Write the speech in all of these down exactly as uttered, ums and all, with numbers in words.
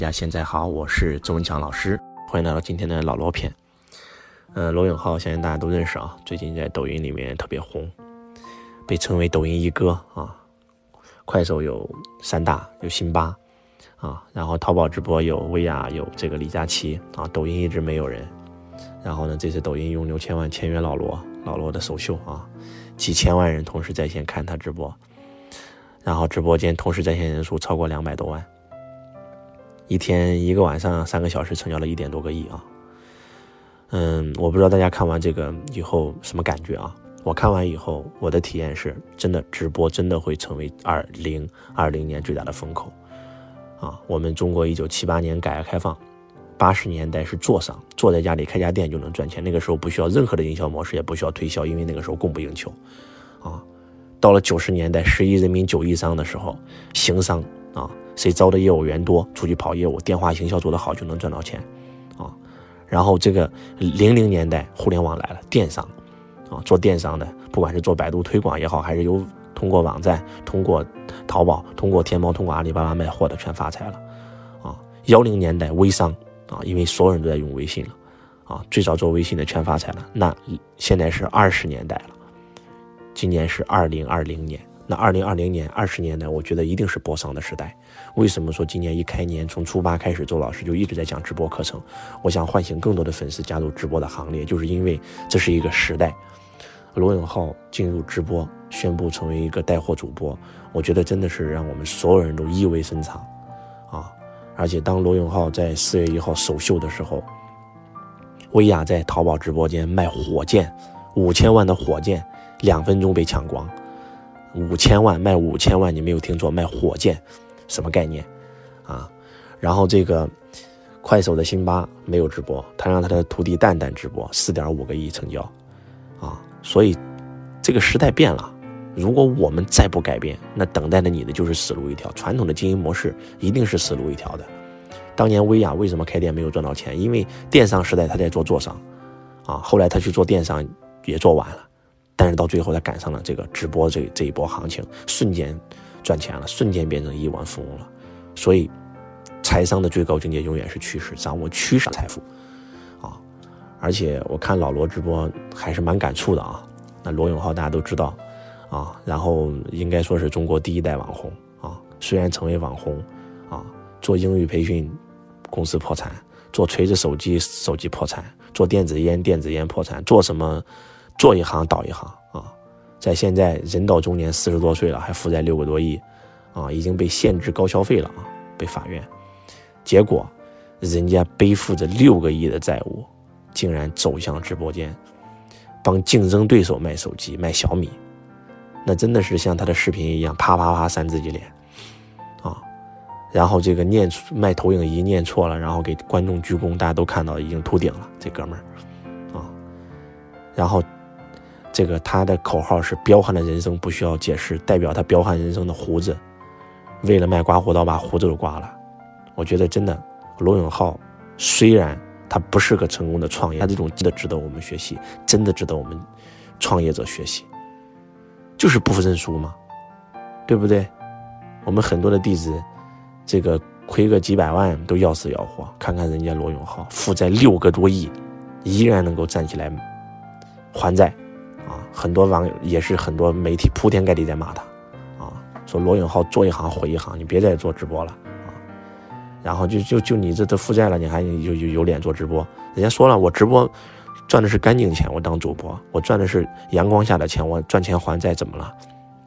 大家现在好，我是周文强老师，欢迎来到今天的老罗篇。呃，罗永浩相信大家都认识啊，最近在抖音里面特别红，被称为抖音一哥啊。快手有三大，有辛巴啊，然后淘宝直播有薇娅，有这个李佳琦啊，抖音一直没有人。然后呢，这次抖音用六千万签约老罗，老罗的首秀啊，几千万人同时在线看他直播，然后直播间同时在线人数超过两百多万。一天一个晚上三个小时成交了一点多个亿啊。嗯，我不知道大家看完这个以后什么感觉啊？我看完以后，我的体验是真的，直播真的会成为二零二零年最大的风口啊！我们中国一九七八年改革开放，八十年代是坐商，坐在家里开家店就能赚钱，那个时候不需要任何的营销模式，也不需要推销，因为那个时候供不应求啊。到了九十年代，十亿人民九亿商的时候，行商啊。谁招的业务员多，出去跑业务，电话营销做得好就能赚到钱啊。然后这个零零年代互联网来了，电商啊，做电商的，不管是做百度推广也好，还是有通过网站、通过淘宝、通过天猫、通过阿里巴巴卖货的，全发财了啊。幺零年代微商啊，因为所有人都在用微信了啊，最早做微信的全发财了。那现在是二十年代了，今年是二零二零年。那二零二零年二十年呢，我觉得一定是播商的时代。为什么说今年一开年，从初八开始，周老师就一直在讲直播课程？我想唤醒更多的粉丝加入直播的行列，就是因为这是一个时代。罗永浩进入直播，宣布成为一个带货主播，我觉得真的是让我们所有人都意味深长啊！而且当罗永浩在四月一号首秀的时候，薇娅在淘宝直播间卖火箭，五千万的火箭，两分钟被抢光。五千万卖五千万，你没有听错，卖火箭，什么概念啊？然后这个快手的辛巴没有直播，他让他的徒弟蛋蛋直播，四点五个亿成交啊！所以这个时代变了，如果我们再不改变，那等待着你的就是死路一条。传统的经营模式一定是死路一条的。当年薇娅为什么开店没有赚到钱？因为电商时代他在做做商啊，后来他去做电商也做完了。但是到最后他赶上了这个直播这这一波行情，瞬间赚钱了，瞬间变成亿万富翁了。所以财商的最高境界永远是趋势，掌握趋势财富啊！而且我看老罗直播还是蛮感触的啊。那罗永浩大家都知道啊，然后应该说是中国第一代网红啊。虽然成为网红啊，做英语培训公司破产，做锤子手机手机破产，做电子烟电子烟破产，做什么？做一行倒一行啊，在现在人到中年四十多岁了，还负债六个多亿啊，已经被限制高消费了啊，被法院。结果人家背负着六个亿的债务，竟然走向直播间，帮竞争对手卖手机卖小米，那真的是像他的视频一样啪啪啪扇自己脸啊。然后这个念卖投影仪念错了，然后给观众鞠躬，大家都看到已经秃顶了，这哥们儿啊。然后这个他的口号是彪悍的人生不需要解释，代表他彪悍人生的胡子，为了卖刮胡刀把胡子都刮了。我觉得真的罗永浩虽然他不是个成功的创业，他这种真的值得我们学习，真的值得我们创业者学习，就是不认输嘛，对不对？我们很多的弟子这个亏个几百万都要死要活，看看人家罗永浩负债六个多亿依然能够站起来还债啊！很多网也是很多媒体铺天盖地在骂他啊，说罗永浩做一行毁一行，你别再做直播了啊！然后就就就你这都负债了，你还有有有脸做直播？人家说了，我直播赚的是干净钱，我当主播，我赚的是阳光下的钱，我赚钱还债，怎么了？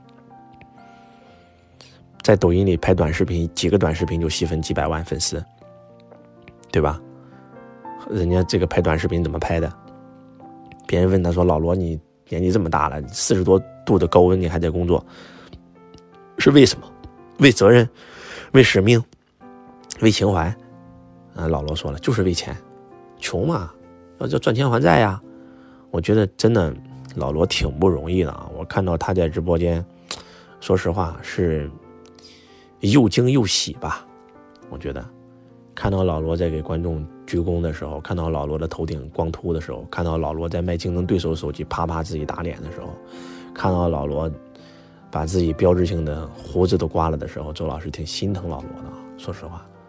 在抖音里拍短视频，几个短视频就细分几百万粉丝，对吧？人家这个拍短视频怎么拍的？别人问他说：“老罗，你年纪这么大了，四十多度的高温你还在工作，是为什么？为责任，为使命，为情怀？”啊，老罗说了，就是为钱，穷嘛，要要赚钱还债呀。我觉得真的老罗挺不容易的啊。我看到他在直播间，说实话是又惊又喜吧。我觉得看到老罗在给观众鞠躬的时候，看到老罗的头顶光秃的时候，看到老罗在卖竞争对手手机啪啪自己打脸的时候，看到老罗把自己标志性的胡子都刮了的时候，周老师挺心疼老罗的。说实话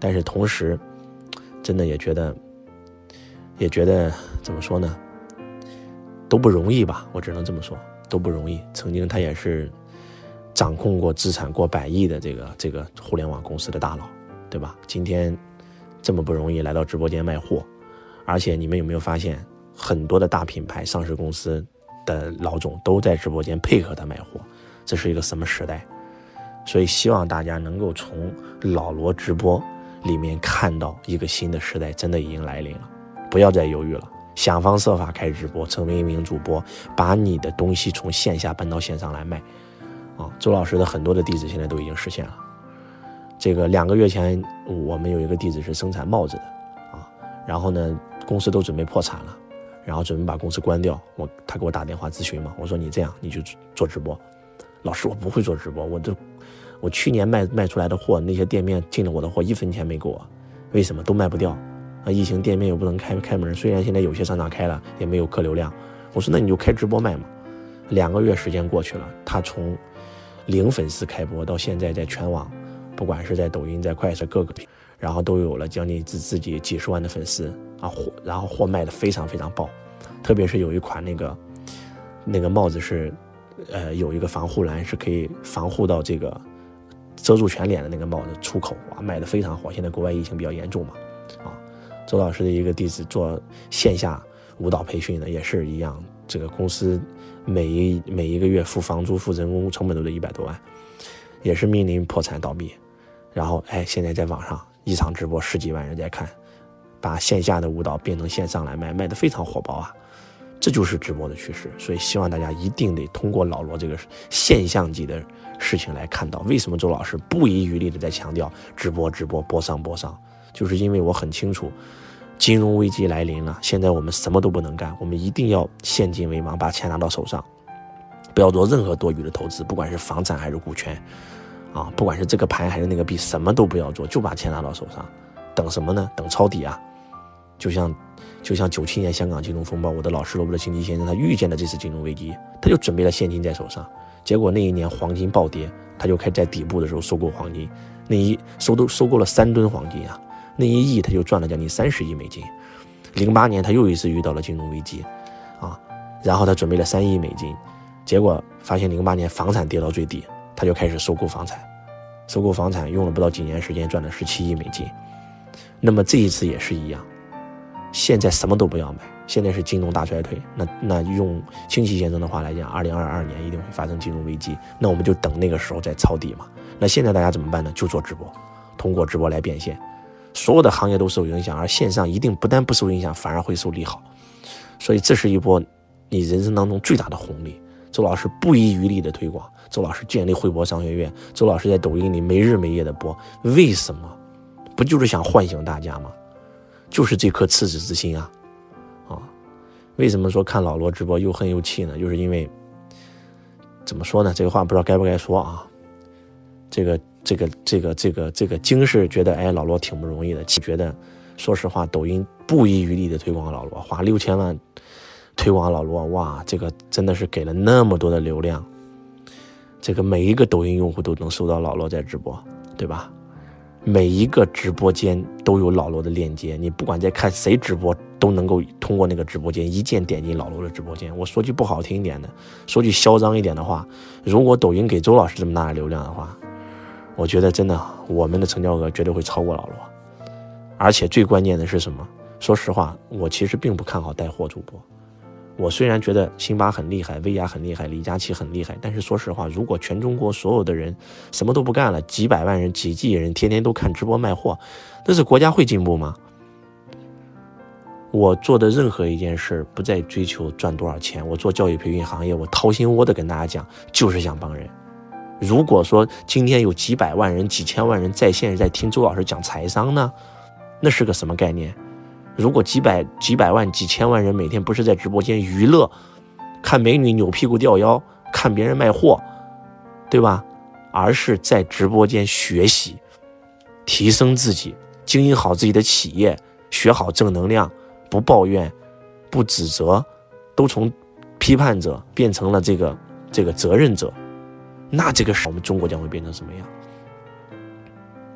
但是同时真的也觉得也觉得怎么说呢，都不容易吧，我只能这么说，都不容易。曾经他也是掌控过资产过百亿的这个这个互联网公司的大佬，对吧？今天这么不容易来到直播间卖货，而且你们有没有发现，很多的大品牌上市公司的老总都在直播间配合他卖货，这是一个什么时代？所以希望大家能够从老罗直播里面看到一个新的时代真的已经来临了，不要再犹豫了，想方设法开直播，成为一名主播，把你的东西从线下搬到线上来卖啊！周老师的很多的弟子现在都已经实现了。这个两个月前我们有一个弟子是生产帽子的啊，然后呢公司都准备破产了，然后准备把公司关掉，我他给我打电话咨询嘛，我说你这样你就做直播。老师我不会做直播，我都我去年卖卖出来的货，那些店面进了我的货一分钱没给我，为什么？都卖不掉啊！疫情店面又不能开开门，虽然现在有些商场开了，也没有客流量。我说那你就开直播卖嘛。两个月时间过去了，他从零粉丝开播到现在在全网，不管是在抖音在快手各个，然后都有了将近自自己几十万的粉丝啊，货然后货卖的非常非常爆，特别是有一款那个那个帽子是呃有一个防护栏是可以防护到这个遮住全脸的那个帽子，出口啊卖的非常火，现在国外疫情比较严重嘛，啊，周老师的一个弟子做线下舞蹈培训的也是一样，这个公司每一每一个月付房租付人工成本都得一百多万，也是面临破产倒闭，然后哎现在在网上一场直播十几万人在看，把线下的舞蹈变成线上来卖，卖得非常火爆啊，这就是直播的趋势。所以希望大家一定得通过老罗这个现象级的事情来看到，为什么周老师不遗余力的在强调直播直播播上播上，就是因为我很清楚金融危机来临了，现在我们什么都不能干，我们一定要现金为王，把钱拿到手上，不要做任何多余的投资，不管是房产还是股权啊，不管是这个盘还是那个币，什么都不要做，就把钱拿到手上，等什么呢？等抄底啊！就像就像九七年香港金融风暴，我的老师罗伯特清崎先生他预见了这次金融危机，他就准备了现金在手上，结果那一年黄金暴跌，他就开始在底部的时候收购黄金，那一收都收购了三吨黄金啊，那一亿他就赚了将近三十亿美金。零八年他又一次遇到了金融危机啊，然后他准备了三亿美金，结果发现零八年房产跌到最低，他就开始收购房产，收购房产用了不到几年时间赚了十七亿美金。那么这一次也是一样，现在什么都不要买，现在是金融大衰退，那那用清崎先生的话来讲，二零二二年一定会发生金融危机，那我们就等那个时候再抄底嘛。那现在大家怎么办呢？就做直播，通过直播来变现，所有的行业都受影响，而线上一定不但不受影响，反而会受利好。所以这是一波你人生当中最大的红利。周老师不遗余力的推广，周老师建立汇博商学院，周老师在抖音里没日没夜的播，为什么？不就是想唤醒大家吗？就是这颗赤子之心啊！啊，为什么说看老罗直播又恨又气呢？就是因为怎么说呢？这个话不知道该不该说啊。这个这个这个这个这个经是觉得哎老罗挺不容易的，气觉得说实话，抖音不遗余力的推广老罗，花六千万推广老罗，哇，这个真的是给了那么多的流量，这个每一个抖音用户都能收到老罗在直播，对吧？每一个直播间都有老罗的链接，你不管在看谁直播，都能够通过那个直播间一键点进老罗的直播间。我说句不好听一点的，说句嚣张一点的话，如果抖音给周老师这么大的流量的话，我觉得真的我们的成交额绝对会超过老罗。而且最关键的是什么？说实话，我其实并不看好带货主播。我虽然觉得辛巴很厉害，薇娅很厉害，李佳琦很厉害，但是说实话，如果全中国所有的人什么都不干了，几百万人几亿人天天都看直播卖货，那是国家会进步吗？我做的任何一件事不再追求赚多少钱，我做教育培训行业，我掏心窝的跟大家讲，就是想帮人。如果说今天有几百万人几千万人在线在听周老师讲财商呢，那是个什么概念？如果几百几百万几千万人每天不是在直播间娱乐，看美女扭屁股吊腰，看别人卖货，对吧？而是在直播间学习，提升自己，经营好自己的企业，学好正能量，不抱怨，不指责，都从批判者变成了这个这个责任者，那这个时候我们中国将会变成什么样？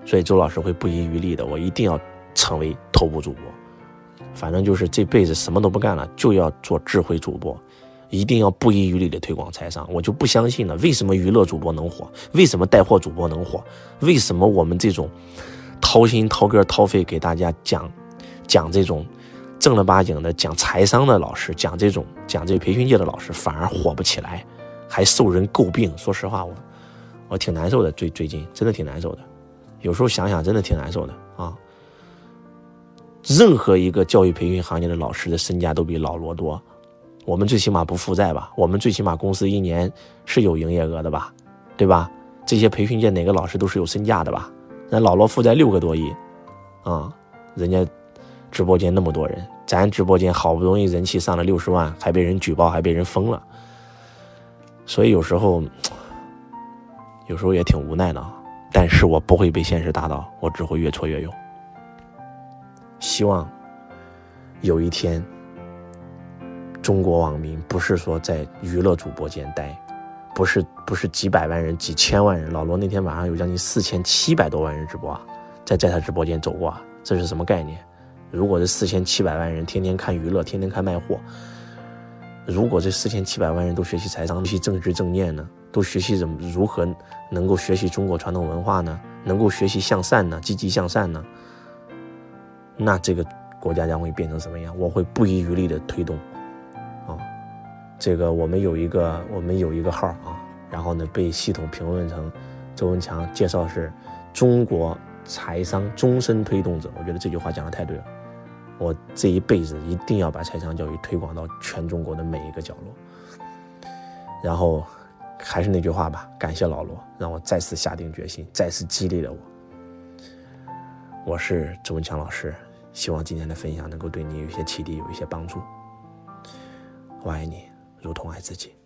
所以周老师会不遗余力的，我一定要成为头部主播，反正就是这辈子什么都不干了，就要做智慧主播，一定要不遗余力的推广财商。我就不相信了，为什么娱乐主播能火？为什么带货主播能火？为什么我们这种掏心掏肝掏肺给大家讲讲这种正儿八经的讲财商的老师，讲这种讲这培训界的老师反而火不起来，还受人诟病？说实话，我我挺难受的，最最近真的挺难受的，有时候想想真的挺难受的啊。任何一个教育培训行业的老师的身价都比老罗多，我们最起码不负债吧，我们最起码公司一年是有营业额的吧，对吧？这些培训界哪个老师都是有身价的吧？那老罗负债六个多亿啊，人家直播间那么多人，咱直播间好不容易人气上了六十万，还被人举报，还被人封了。所以有时候有时候也挺无奈的，但是我不会被现实打倒，我只会越挫越勇。希望有一天中国网民不是说在娱乐主播间待，不是不是几百万人几千万人，老罗那天晚上有将近四千七百多万人直播啊，在在他直播间走过啊，这是什么概念？如果这四千七百万人天天看娱乐，天天看卖货，如果这四千七百万人都学习财商，学习政治正念呢，都学习怎么如何能够学习中国传统文化呢，能够学习向善呢，积极向善呢，那这个国家将会变成什么样？我会不遗余力的推动啊。这个我们有一个我们有一个号啊，然后呢被系统评论成周文强介绍是中国财商终身推动者，我觉得这句话讲得太对了。我这一辈子一定要把财商教育推广到全中国的每一个角落。然后还是那句话吧，感谢老罗，让我再次下定决心，再次激励了我。我是周文强老师，希望今天的分享能够对你有一些启迪，有一些帮助。我爱你，如同爱自己。